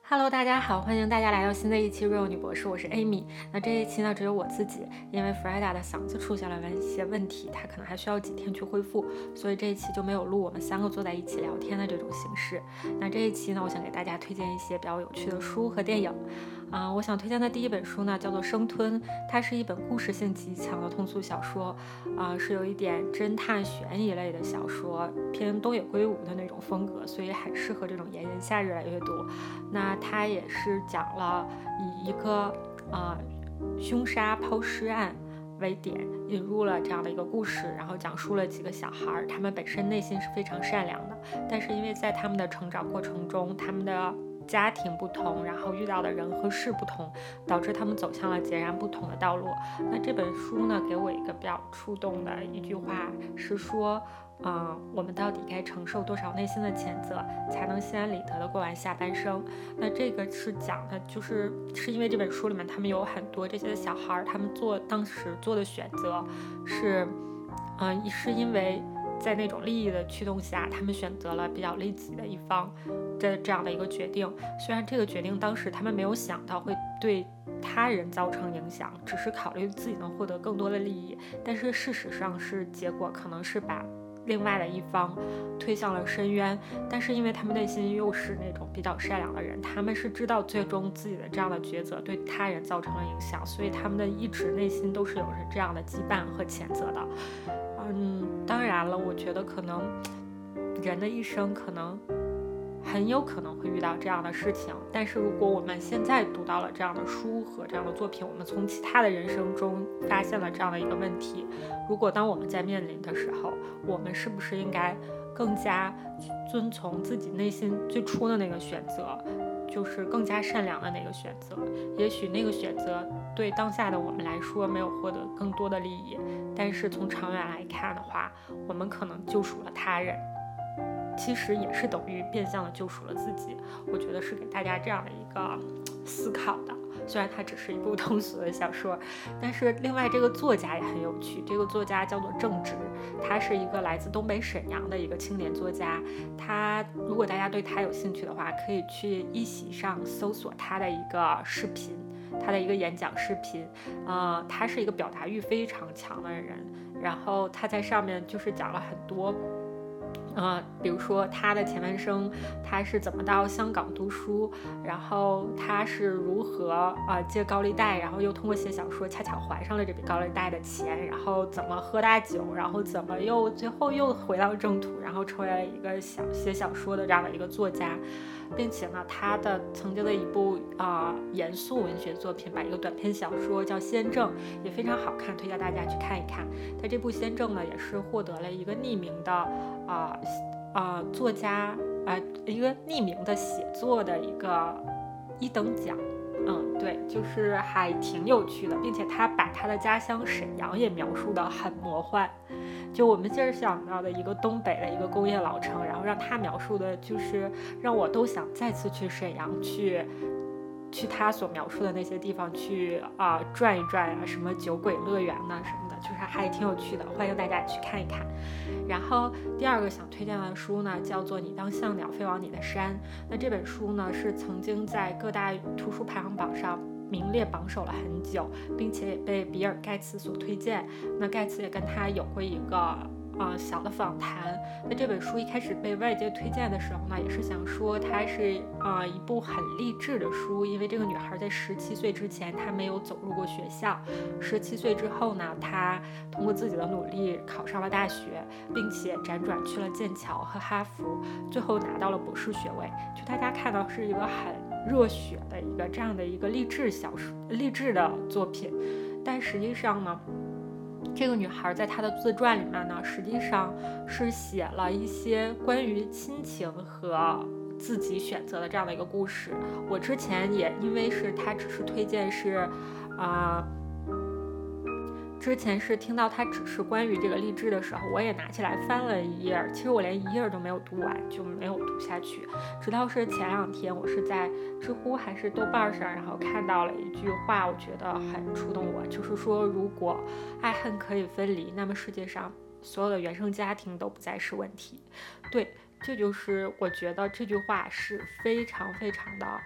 Hello，大家好，欢迎大家来到新的一期 Real 女博士，我是 Amy。那这一期呢，只有我自己，因为 Freda 的嗓子出现了一些问题，她可能还需要几天去恢复，所以这一期就没有录我们三个坐在一起聊天的这种形式。那这一期呢，我想给大家推荐一些比较有趣的书和电影。我想推荐的第一本书呢，叫做《生吞》，它是一本故事性极强的通俗小说，是有一点侦探悬疑类的小说，偏东野圭吾的那种风格，所以很适合这种炎炎夏日来阅读。那它也是讲了以一个凶杀抛尸案为点，引入了这样的一个故事，然后讲述了几个小孩，他们本身内心是非常善良的，但是因为在他们的成长过程中，他们的家庭不同，然后遇到的人和事不同，导致他们走向了截然不同的道路。那这本书呢，给我一个比较触动的一句话是说，我们到底该承受多少内心的谴责，才能心安理得的过完下半生？那这个是讲的，是因为这本书里面他们有很多这些小孩，他们当时做的选择是因为在那种利益的驱动下，他们选择了比较利己的一方的这样的一个决定。虽然这个决定当时他们没有想到会对他人造成影响，只是考虑自己能获得更多的利益，但是事实上是结果可能是把另外的一方推向了深渊。但是因为他们内心又是那种比较善良的人，他们是知道最终自己的这样的抉择对他人造成了影响，所以他们的一直内心都是有着这样的羁绊和谴责的。当然了，我觉得可能人的一生很有可能会遇到这样的事情，但是如果我们现在读到了这样的书和这样的作品，我们从其他的人生中发现了这样的一个问题，如果当我们在面临的时候，我们是不是应该更加遵从自己内心最初的那个选择，就是更加善良的那个选择？也许那个选择对当下的我们来说没有获得更多的利益，但是从长远来看的话，我们可能救赎了他人，其实也是等于变相的救赎了自己。我觉得是给大家这样的一个思考的。虽然它只是一部通俗的小说，但是另外这个作家也很有趣。这个作家叫做郑直，他是一个来自东北沈阳的一个青年作家。如果大家对他有兴趣的话，可以去一席上搜索他的一个视频，他的一个演讲视频。他是一个表达欲非常强的人，然后他在上面就是讲了很多比如说他的前半生，他是怎么到香港读书，然后他是如何借高利贷，然后又通过写小说恰巧还上了这笔高利贷的钱，然后怎么喝大酒，然后怎么最后又回到正途，然后成为了一个写小说的这样的一个作家。并且呢，他的曾经的一部严肃文学作品吧，一个短篇小说叫《先正》，也非常好看，推荐大家去看一看。他这部《先正》呢，也是获得了一个匿名的作家一个匿名的写作的一个1等奖。对，就是还挺有趣的，并且他把他的家乡沈阳也描述得很魔幻。就我们今儿想到的一个东北的一个工业老城，然后让他描述的就是让我都想再次去沈阳去他所描述的那些地方去转一转什么酒鬼乐园什么的，就是还挺有趣的，欢迎大家去看一看。然后第二个想推荐的书呢，叫做《你当像鸟飞往你的山》。那这本书呢，是曾经在各大图书排行榜上名列榜首了很久，并且也被比尔盖茨所推荐。那盖茨也跟他有过一个小的访谈。那这本书一开始被外界推荐的时候呢，也是想说它是一部很励志的书，因为这个女孩在17岁之前她没有走入过学校，17岁之后呢，她通过自己的努力考上了大学，并且辗转去了剑桥和哈佛，最后拿到了博士学位。就大家看到是一个很热血的一个这样的一个励志的作品，但实际上呢，这个女孩在她的自传里面呢，实际上是写了一些关于亲情和自己选择的这样的一个故事。我之前也因为是她只是推荐之前是听到他只是关于这个励志的时候，我也拿起来翻了一页，其实我连1页都没有读完，就没有读下去。直到是前2天，我是在知乎还是豆瓣上，然后看到了一句话，我觉得很触动我，就是说如果爱恨可以分离，那么世界上所有的原生家庭都不再是问题。对，这就是我觉得这句话是非常非常的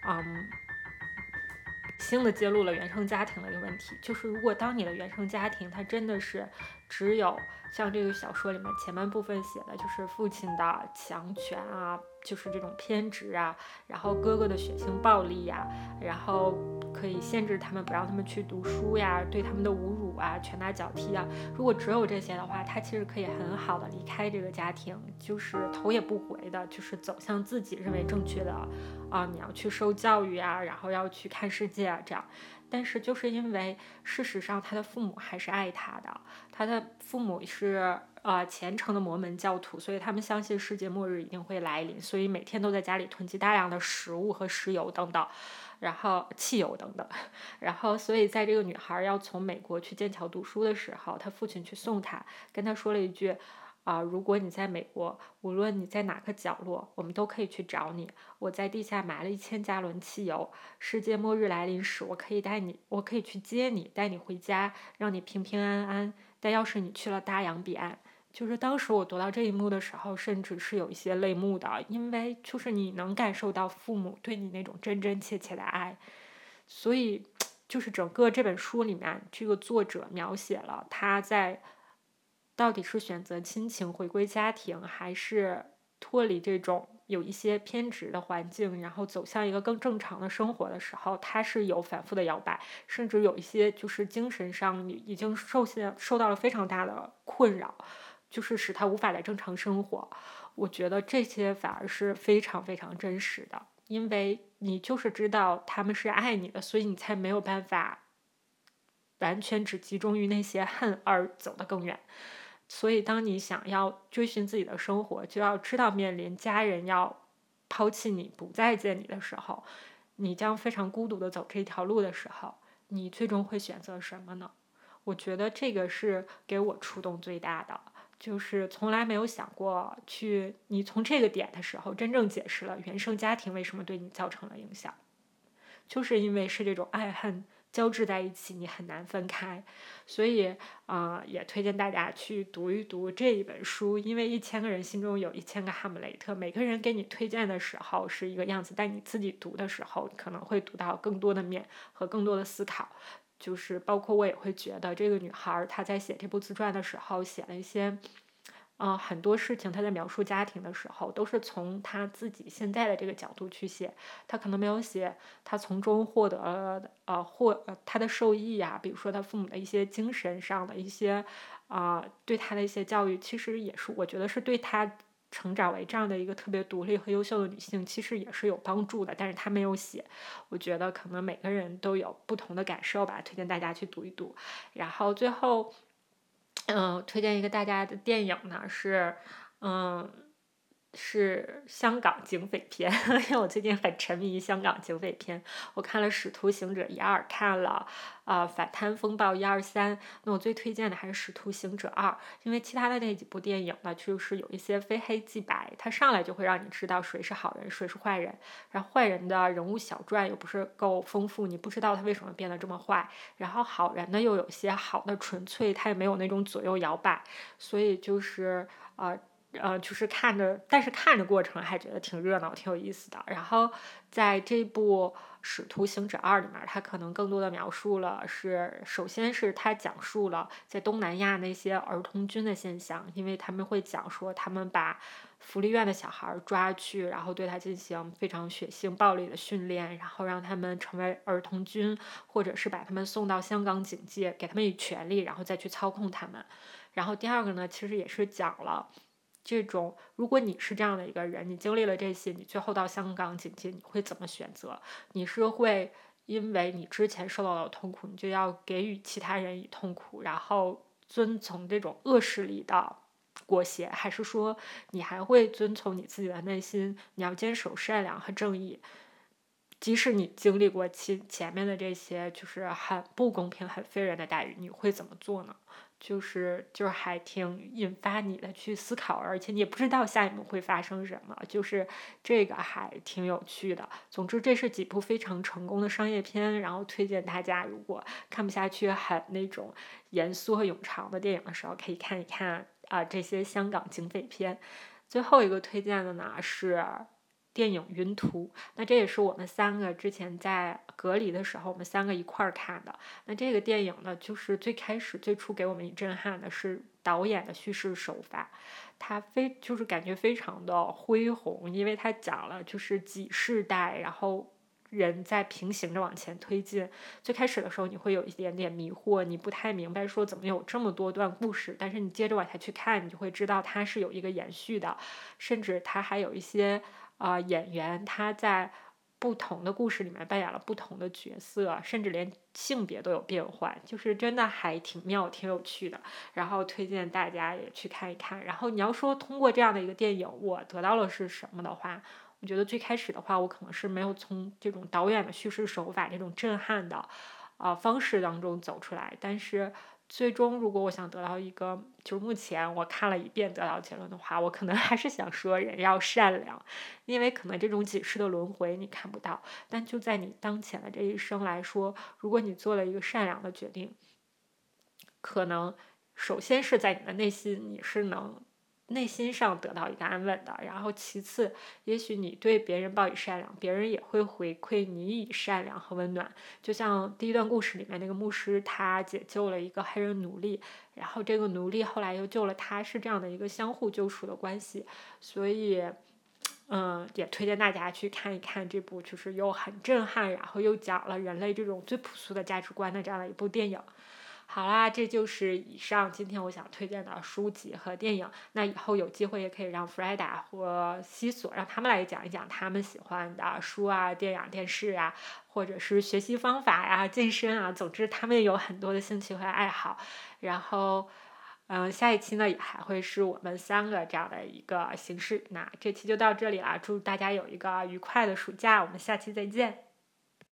新的揭露了原生家庭的一个问题，就是如果当你的原生家庭它真的是只有像这个小说里面前半部分写的，就是父亲的强权啊，就是这种偏执啊，然后哥哥的血腥暴力呀，然后可以限制他们不让他们去读书呀，对他们的侮辱啊，拳打脚踢啊，如果只有这些的话，他其实可以很好的离开这个家庭，就是头也不回的，就是走向自己认为正确的你要去受教育啊，然后要去看世界啊，这样。但是就是因为事实上他的父母还是爱他的，他的父母是虔诚的摩门教徒，所以他们相信世界末日一定会来临，所以每天都在家里囤积大量的食物和石油等等，然后汽油等等，然后所以在这个女孩要从美国去剑桥读书的时候，她父亲去送她，跟她说了一句如果你在美国，无论你在哪个角落，我们都可以去找你。我在地下埋了1000加仑汽油，世界末日来临时，我可以去接你，带你回家，让你平平安安。但要是你去了大洋彼岸，就是当时我读到这一幕的时候，甚至是有一些泪目的，因为就是你能感受到父母对你那种真真切切的爱，所以就是整个这本书里面，这个作者描写了他在到底是选择亲情回归家庭，还是脱离这种有一些偏执的环境，然后走向一个更正常的生活的时候，他是有反复的摇摆，甚至有一些就是精神上已经受到了非常大的困扰，就是使他无法来正常生活。我觉得这些反而是非常非常真实的，因为你就是知道他们是爱你的，所以你才没有办法完全只集中于那些恨而走得更远。所以当你想要追寻自己的生活，就要知道面临家人要抛弃你不再见你的时候，你将非常孤独的走这条路的时候，你最终会选择什么呢？我觉得这个是给我触动最大的，就是从来没有想过你从这个点的时候真正解释了原生家庭为什么对你造成了影响，就是因为是这种爱恨交织在一起，你很难分开。所以也推荐大家去读一读这一本书，因为1000个人心中有1000个哈姆雷特，每个人给你推荐的时候是一个样子，但你自己读的时候可能会读到更多的面和更多的思考。就是包括我也会觉得这个女孩她在写这部自传的时候写了一些很多事情，她在描述家庭的时候都是从她自己现在的这个角度去写，她可能没有写她从中获得她的受益呀，比如说她父母的一些精神上的一些对她的一些教育，其实也是我觉得是对她成长为这样的一个特别独立和优秀的女性，其实也是有帮助的，但是她没有写。我觉得可能每个人都有不同的感受吧，推荐大家去读一读。然后最后推荐一个大家的电影呢是香港警匪片，因为我最近很沉迷于香港警匪片。我看了《使徒行者》1、2，看了反贪风暴1、2、3。那我最推荐的还是《使徒行者2》，因为其他的那几部电影呢，就是有一些非黑即白，它上来就会让你知道谁是好人，谁是坏人。然后坏人的人物小传又不是够丰富，你不知道他为什么变得这么坏。然后好人呢，又有些好的纯粹，他也没有那种左右摇摆，所以就是就是但是看着过程还觉得挺热闹、挺有意思的。然后在这部《使徒行者2》里面，他可能更多的描述了首先是他讲述了在东南亚那些儿童军的现象，因为他们会讲说他们把福利院的小孩抓去，然后对他进行非常血腥暴力的训练，然后让他们成为儿童军，或者是把他们送到香港警界，给他们以权利，然后再去操控他们。然后第二个呢，其实也是讲了这种，如果你是这样的一个人，你经历了这些，你最后到香港警界，你会怎么选择？你是会因为你之前受到的痛苦，你就要给予其他人以痛苦，然后遵从这种恶势力的裹挟，还是说你还会遵从你自己的内心，你要坚守善良和正义？即使你经历过前面的这些，就是很不公平、很非人的待遇，你会怎么做呢？就是还挺引发你的去思考，而且你也不知道下一幕会发生什么，就是这个还挺有趣的。总之，这是几部非常成功的商业片，然后推荐大家，如果看不下去很那种严肃和冗长的电影的时候，可以看一看这些香港警匪片。最后一个推荐的呢是电影《云图》，那这也是我们三个之前在隔离的时候，我们三个一块儿看的。那这个电影呢，就是最初给我们一震撼的是导演的叙事手法，他就是感觉非常的恢宏，因为他讲了就是几世代，然后人在平行着往前推进。最开始的时候你会有一点点迷惑，你不太明白说怎么有这么多段故事，但是你接着往下去看，你就会知道它是有一个延续的，甚至它还有一些演员他在不同的故事里面扮演了不同的角色，甚至连性别都有变换，就是真的还挺妙挺有趣的，然后推荐大家也去看一看。然后你要说通过这样的一个电影我得到了是什么的话，我觉得最开始的话我可能是没有从这种导演的叙事手法这种震撼的方式当中走出来，但是最终如果我想得到一个就是目前我看了一遍得到结论的话，我可能还是想说人要善良，因为可能这种几世的轮回你看不到，但就在你当前的这一生来说，如果你做了一个善良的决定，可能首先是在你的内心你是能内心上得到一个安稳的，然后其次也许你对别人报以善良，别人也会回馈你以善良和温暖。就像第一段故事里面那个牧师，他解救了一个黑人奴隶，然后这个奴隶后来又救了他，是这样的一个相互救赎的关系。所以也推荐大家去看一看这部就是又很震撼，然后又讲了人类这种最朴素的价值观的这样的一部电影。好啦，这就是以上今天我想推荐的书籍和电影。那以后有机会也可以让 Freda 或西索让他们来讲一讲他们喜欢的书啊、电影、电视啊，或者是学习方法呀、健身啊。总之，他们有很多的兴趣和爱好。然后，下一期呢也还会是我们三个这样的一个形式。那这期就到这里了，祝大家有一个愉快的暑假，我们下期再见。